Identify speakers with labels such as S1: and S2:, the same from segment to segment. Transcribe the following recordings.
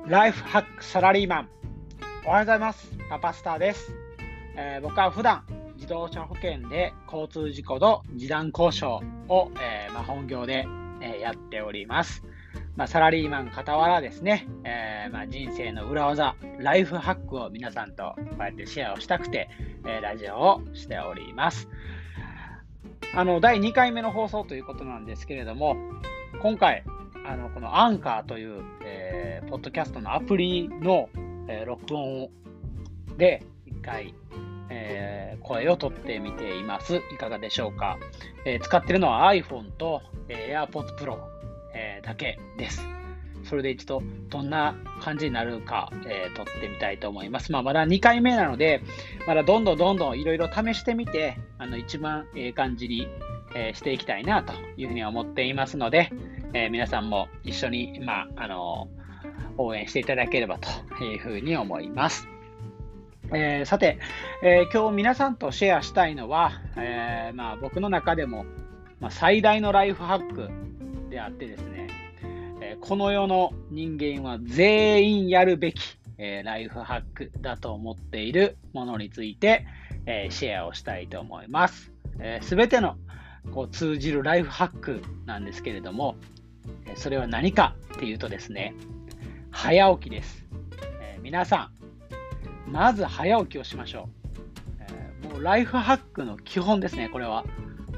S1: ライフハックサラリーマン。おはようございます。パパスターです。僕は普段自動車保険で交通事故の示談交渉を、本業で、やっております。サラリーマン傍らですね、人生の裏技、ライフハックを皆さんとこうやってシェアをしたくて、ラジオをしております。第2回目の放送ということなんですけれども、今回このアンカーという、ポッドキャストのアプリの、録音で1回、声を取ってみています。いかがでしょうか。使っているのは iPhone と、AirPods Pro、だけです。それで一度どんな感じになるか、撮ってみたいと思います。まだ2回目なので、まだどんどんいろいろ試してみて、一番感じに、していきたいなというふうに思っていますので、皆さんも一緒に、応援していただければというふうに思います。さて、今日皆さんとシェアしたいのは、僕の中でも、最大のライフハックであってですね、この世の人間は全員やるべき、ライフハックだと思っているものについて、シェアをしたいと思います。すべての通じるライフハックなんですけれども、それは何かっていうとですね、早起きです。皆さん、まず早起きをしましょう。もうライフハックの基本ですね、これは。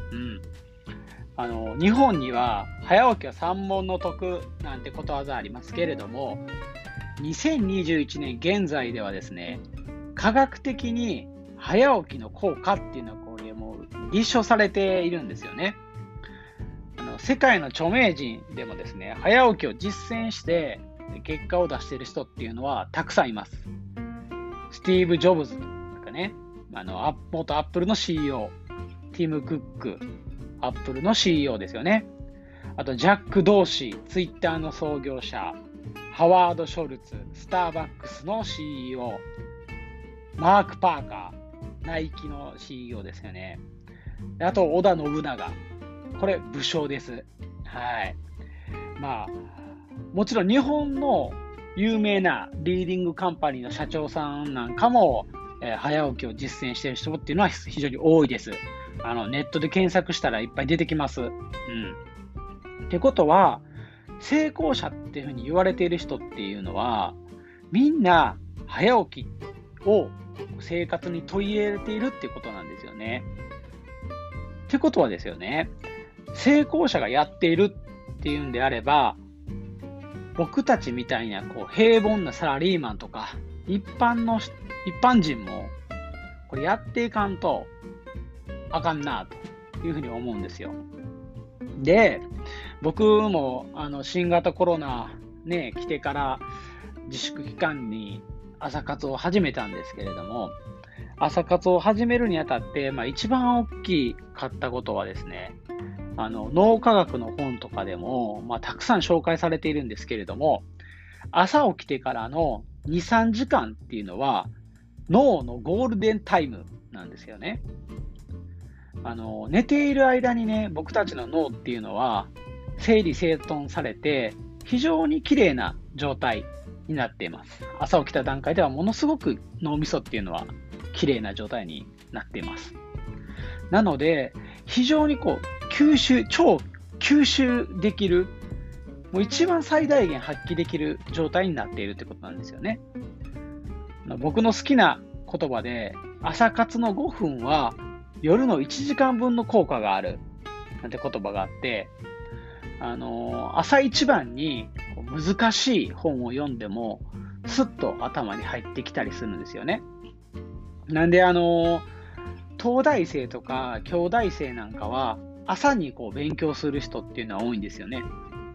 S1: 日本には早起きは三文の徳なんてことわざありますけれども、2021年現在ではですね、科学的に早起きの効果っていうのはこれもう立証されているんですよね。世界の著名人でもですね、早起きを実践して結果を出している人っていうのはたくさんいます。スティーブ・ジョブズとかね、元アップルの CEO、ティム・クック、アップルの CEO ですよね。あと、ジャック・ドーシー、ツイッターの創業者、ハワード・ショルツ、スターバックスの CEO、マーク・パーカー、ナイキの CEO ですよね。あと、織田信長。これ、武将です。はい。もちろん日本の有名なリーディングカンパニーの社長さんなんかも、早起きを実践している人っていうのは非常に多いです。ネットで検索したらいっぱい出てきます。ってことは、成功者っていうふうに言われている人っていうのは、みんな早起きを生活に取り入れているっていうことなんですよね。ってことはですよね、成功者がやっているっていうんであれば、僕たちみたいな平凡なサラリーマンとか一般人もこれやっていかんとあかんなというふうに思うんですよ。で、僕も新型コロナね来てから自粛期間に朝活を始めたんですけれども、朝活を始めるにあたって、一番大きかったことはですね、脳科学の本とかでも、たくさん紹介されているんですけれども、朝起きてからの2、3時間っていうのは脳のゴールデンタイムなんですよね。寝ている間にね、僕たちの脳っていうのは整理整頓されて非常に綺麗な状態になっています。朝起きた段階ではものすごく脳みそっていうのは綺麗な状態になっています。なので、非常に超吸収できる、もう一番最大限発揮できる状態になっているということなんですよね。僕の好きな言葉で、朝活の5分は夜の1時間分の効果があるなんて言葉があって、朝一番に難しい本を読んでもスッと頭に入ってきたりするんですよね。なんで東大生とか京大生なんかは朝に勉強する人っていうのは多いんですよね。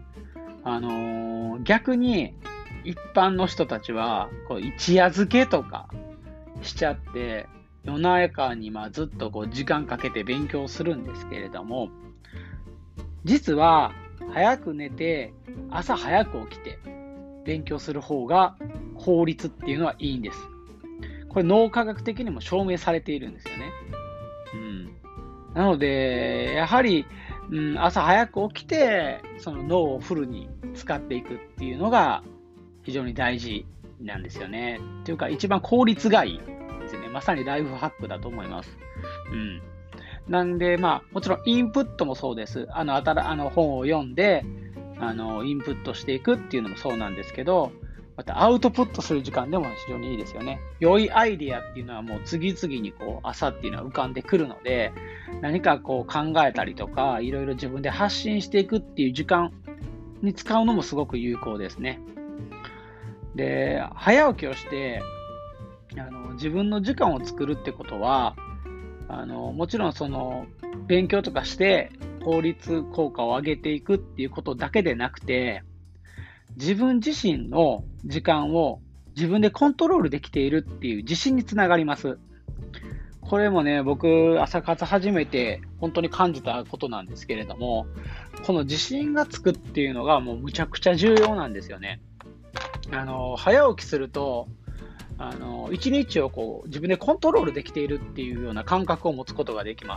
S1: 逆に一般の人たちは一夜漬けとかしちゃって夜中にずっと時間かけて勉強するんですけれども、実は早く寝て朝早く起きて勉強する方が効率っていうのはいいんです。これ脳科学的にも証明されているんですよね。なのでやはり、朝早く起きてその脳をフルに使っていくっていうのが非常に大事なんですよね。というか、一番効率がいいですね。まさにライフハックだと思います。うん。なんで、もちろんインプットもそうです。本を読んで、インプットしていくっていうのもそうなんですけど、またアウトプットする時間でも非常にいいですよね。良いアイディアっていうのはもう次々に朝っていうのは浮かんでくるので、何か考えたりとか、いろいろ自分で発信していくっていう時間に使うのもすごく有効ですね。で、早起きをして、自分の時間を作るってことは、もちろん勉強とかして効率効果を上げていくっていうことだけでなくて、自分自身の時間を自分でコントロールできているっていう自信につながります。これもね、僕、朝活始めて本当に感じたことなんですけれども、この自信がつくっていうのがもうむちゃくちゃ重要なんですよね。早起きすると、一日を自分でコントロールできているっていうような感覚を持つことができます。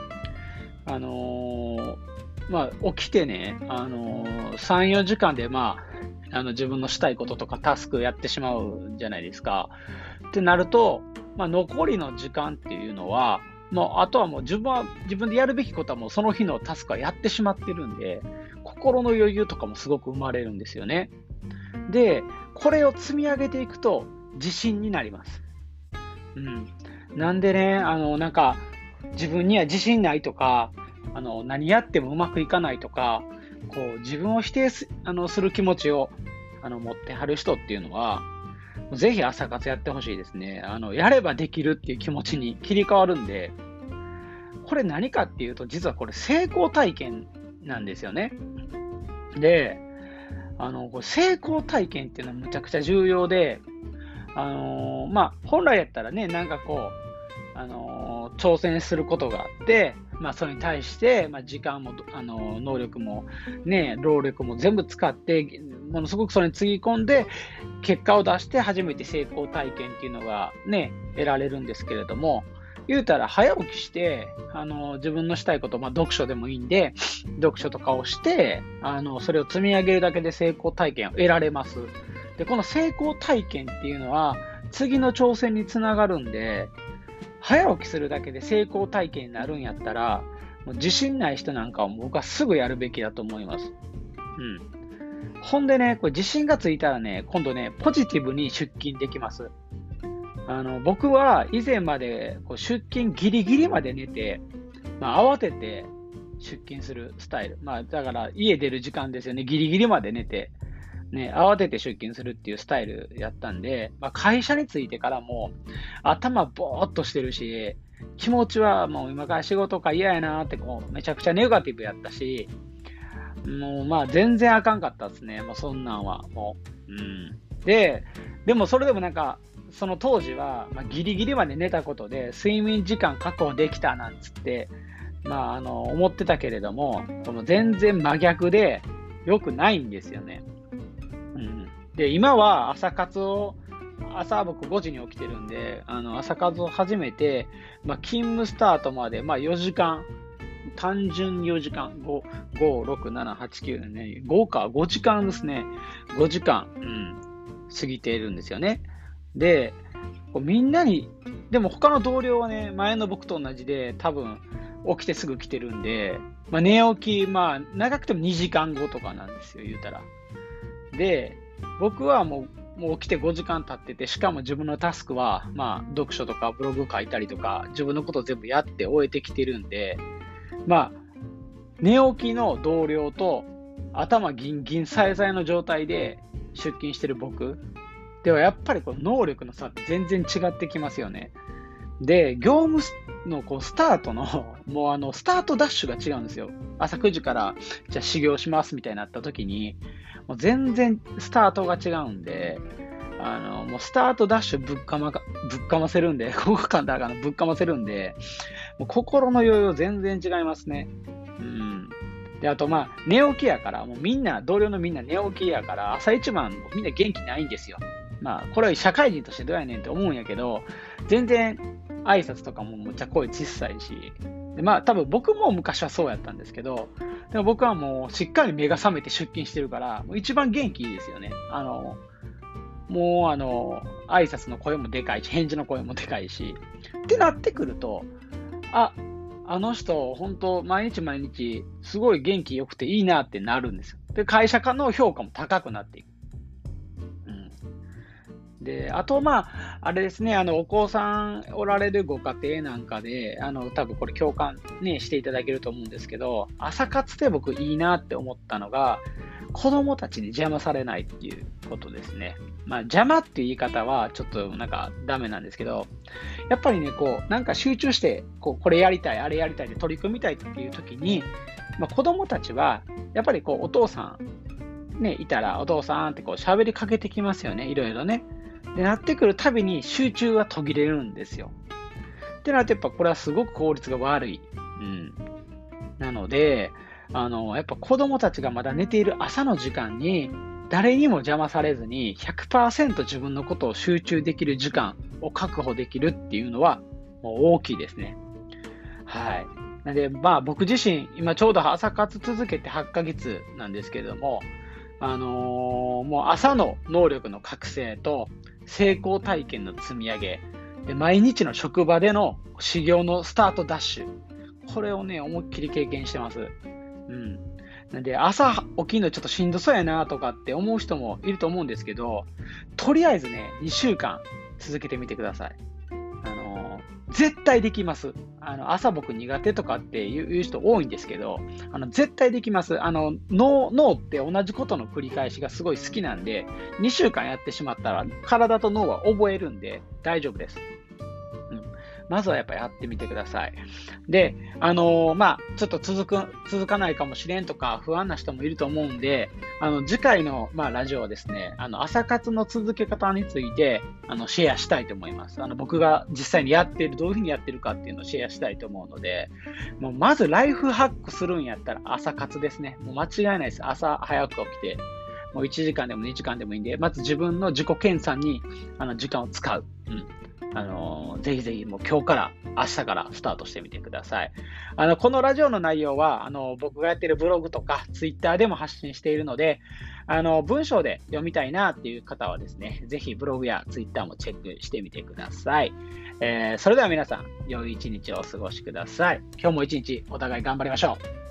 S1: 起きてね、3、4時間で、自分のしたいこととかタスクやってしまうじゃないですか。ってなると、残りの時間っていうのは、あとはもう自分でやるべきことはもうその日のタスクはやってしまってるんで、心の余裕とかもすごく生まれるんですよね。で、これを積み上げていくと自信になります。なんでね、自分には自信ないとか、何やってもうまくいかないとか、自分を否定する気持ちを持ってはる人っていうのは、ぜひ朝活やってほしいですね。やればできるっていう気持ちに切り替わるんで、これ何かっていうと、実はこれ成功体験なんですよね。で、成功体験っていうのはむちゃくちゃ重要で、本来やったらね、挑戦することがあって、それに対して、時間も、能力も、ね、労力も全部使って、ものすごくそれにつぎ込んで、結果を出して初めて成功体験っていうのがね、得られるんですけれども、言うたら早起きして、自分のしたいこと、読書でもいいんで、読書とかをして、それを積み上げるだけで成功体験を得られます。で、この成功体験っていうのは、次の挑戦につながるんで、早起きするだけで成功体験になるんやったら、もう自信ない人なんかは僕はすぐやるべきだと思います。ほんでね、これ自信がついたらね、今度ね、ポジティブに出勤できます。僕は以前まで出勤ギリギリまで寝て、慌てて出勤するスタイル。だから家出る時間ですよね。ギリギリまで寝て、ね、慌てて出勤するっていうスタイルやったんで、会社に着いてからも頭ぼーっとしてるし、気持ちはもう今から仕事か嫌やなーってめちゃくちゃネガティブやったし、もう全然あかんかったですね。もうそんなんはもう。でもそれでもその当時は、ギリギリまで寝たことで睡眠時間確保できたなんつって、思ってたけれども、全然真逆で良くないんですよね。で、今は朝僕5時に起きてるんで、朝活を始めて、勤務スタートまで、4時間、単純4時間、5、6、7、8、9ね、5時間ですね。5時間、過ぎているんですよね。で、みんなに、でも他の同僚はね、前の僕と同じで、多分、起きてすぐ来てるんで、寝起き、長くても2時間後とかなんですよ、言うたら。で、僕はもう起きて5時間経ってて、しかも自分のタスクは、読書とかブログ書いたりとか、自分のことを全部やって終えてきてるんで、寝起きの同僚と頭ギンギンさえさえの状態で出勤してる僕ではやっぱり能力の差って全然違ってきますよね。で、業務のスタートのもうスタートダッシュが違うんですよ。朝9時からじゃあ始業しますみたいになった時にもう全然スタートが違うんで、もうスタートダッシュぶっかませるんで、ここからぶっかませるんで、もう心の余裕全然違いますね。で、あと寝起きやから、もう同僚のみんな寝起きやから、朝一番みんな元気ないんですよ。これは社会人としてどうやねんって思うんやけど、全然挨拶とかもむっちゃ声小さいし、で多分僕も昔はそうやったんですけど、でも僕はもうしっかり目が覚めて出勤してるから、もう一番元気いいですよね。 もう挨拶の声もでかいし、返事の声もでかいし、ってなってくると、あの人、本当毎日毎日、すごい元気良くていいなってなるんですよ。で、会社間の評価も高くなっていく。で、あと、あれですね、お子さんおられるご家庭なんかで、多分これ共感ね、していただけると思うんですけど、朝活で僕いいなって思ったのが、子供たちに邪魔されないっていうことですね。邪魔っていう言い方はちょっとなんかダメなんですけど、やっぱりね、なんか集中して、これやりたい、あれやりたいで取り組みたいっていう時に、子供たちは、やっぱりお父さん、ね、いたら、お父さんって喋りかけてきますよね、いろいろね。で、なってくるたびに集中が途切れるんですよ。ってなると、やっぱこれはすごく効率が悪い。なので、やっぱ子供たちがまだ寝ている朝の時間に、誰にも邪魔されずに 100% 自分のことを集中できる時間を確保できるっていうのは、もう大きいですね。はい。なので、僕自身、今ちょうど朝活続けて8ヶ月なんですけれども、もう朝の能力の覚醒と成功体験の積み上げ、で毎日の職場での修行のスタートダッシュ、これをね、思いっきり経験してます。なんで、朝起きるのちょっとしんどそうやなとかって思う人もいると思うんですけど、とりあえずね、2週間続けてみてください。絶対できます。朝僕苦手とかっていう人多いんですけど、絶対できます。脳って同じことの繰り返しがすごい好きなんで、2週間やってしまったら、体と脳は覚えるんで大丈夫です。まずはやっぱやってみてください。で、ちょっと続かないかもしれんとか不安な人もいると思うんで、次回の、ラジオはですね、朝活の続け方について、シェアしたいと思います。僕が実際にやっている、どういうふうにやってるかっていうのをシェアしたいと思うので、もうまずライフハックするんやったら朝活ですね。もう間違いないです。朝早く起きて、もう1時間でも2時間でもいいんで、まず自分の自己研鑽に時間を使う。ぜひぜひもう今日から明日からスタートしてみてください。このラジオの内容は僕がやっているブログとかツイッターでも発信しているので、文章で読みたいなっていう方はですね、ぜひブログやツイッターもチェックしてみてください。それでは皆さん、良い一日をお過ごしください。今日も一日お互い頑張りましょう。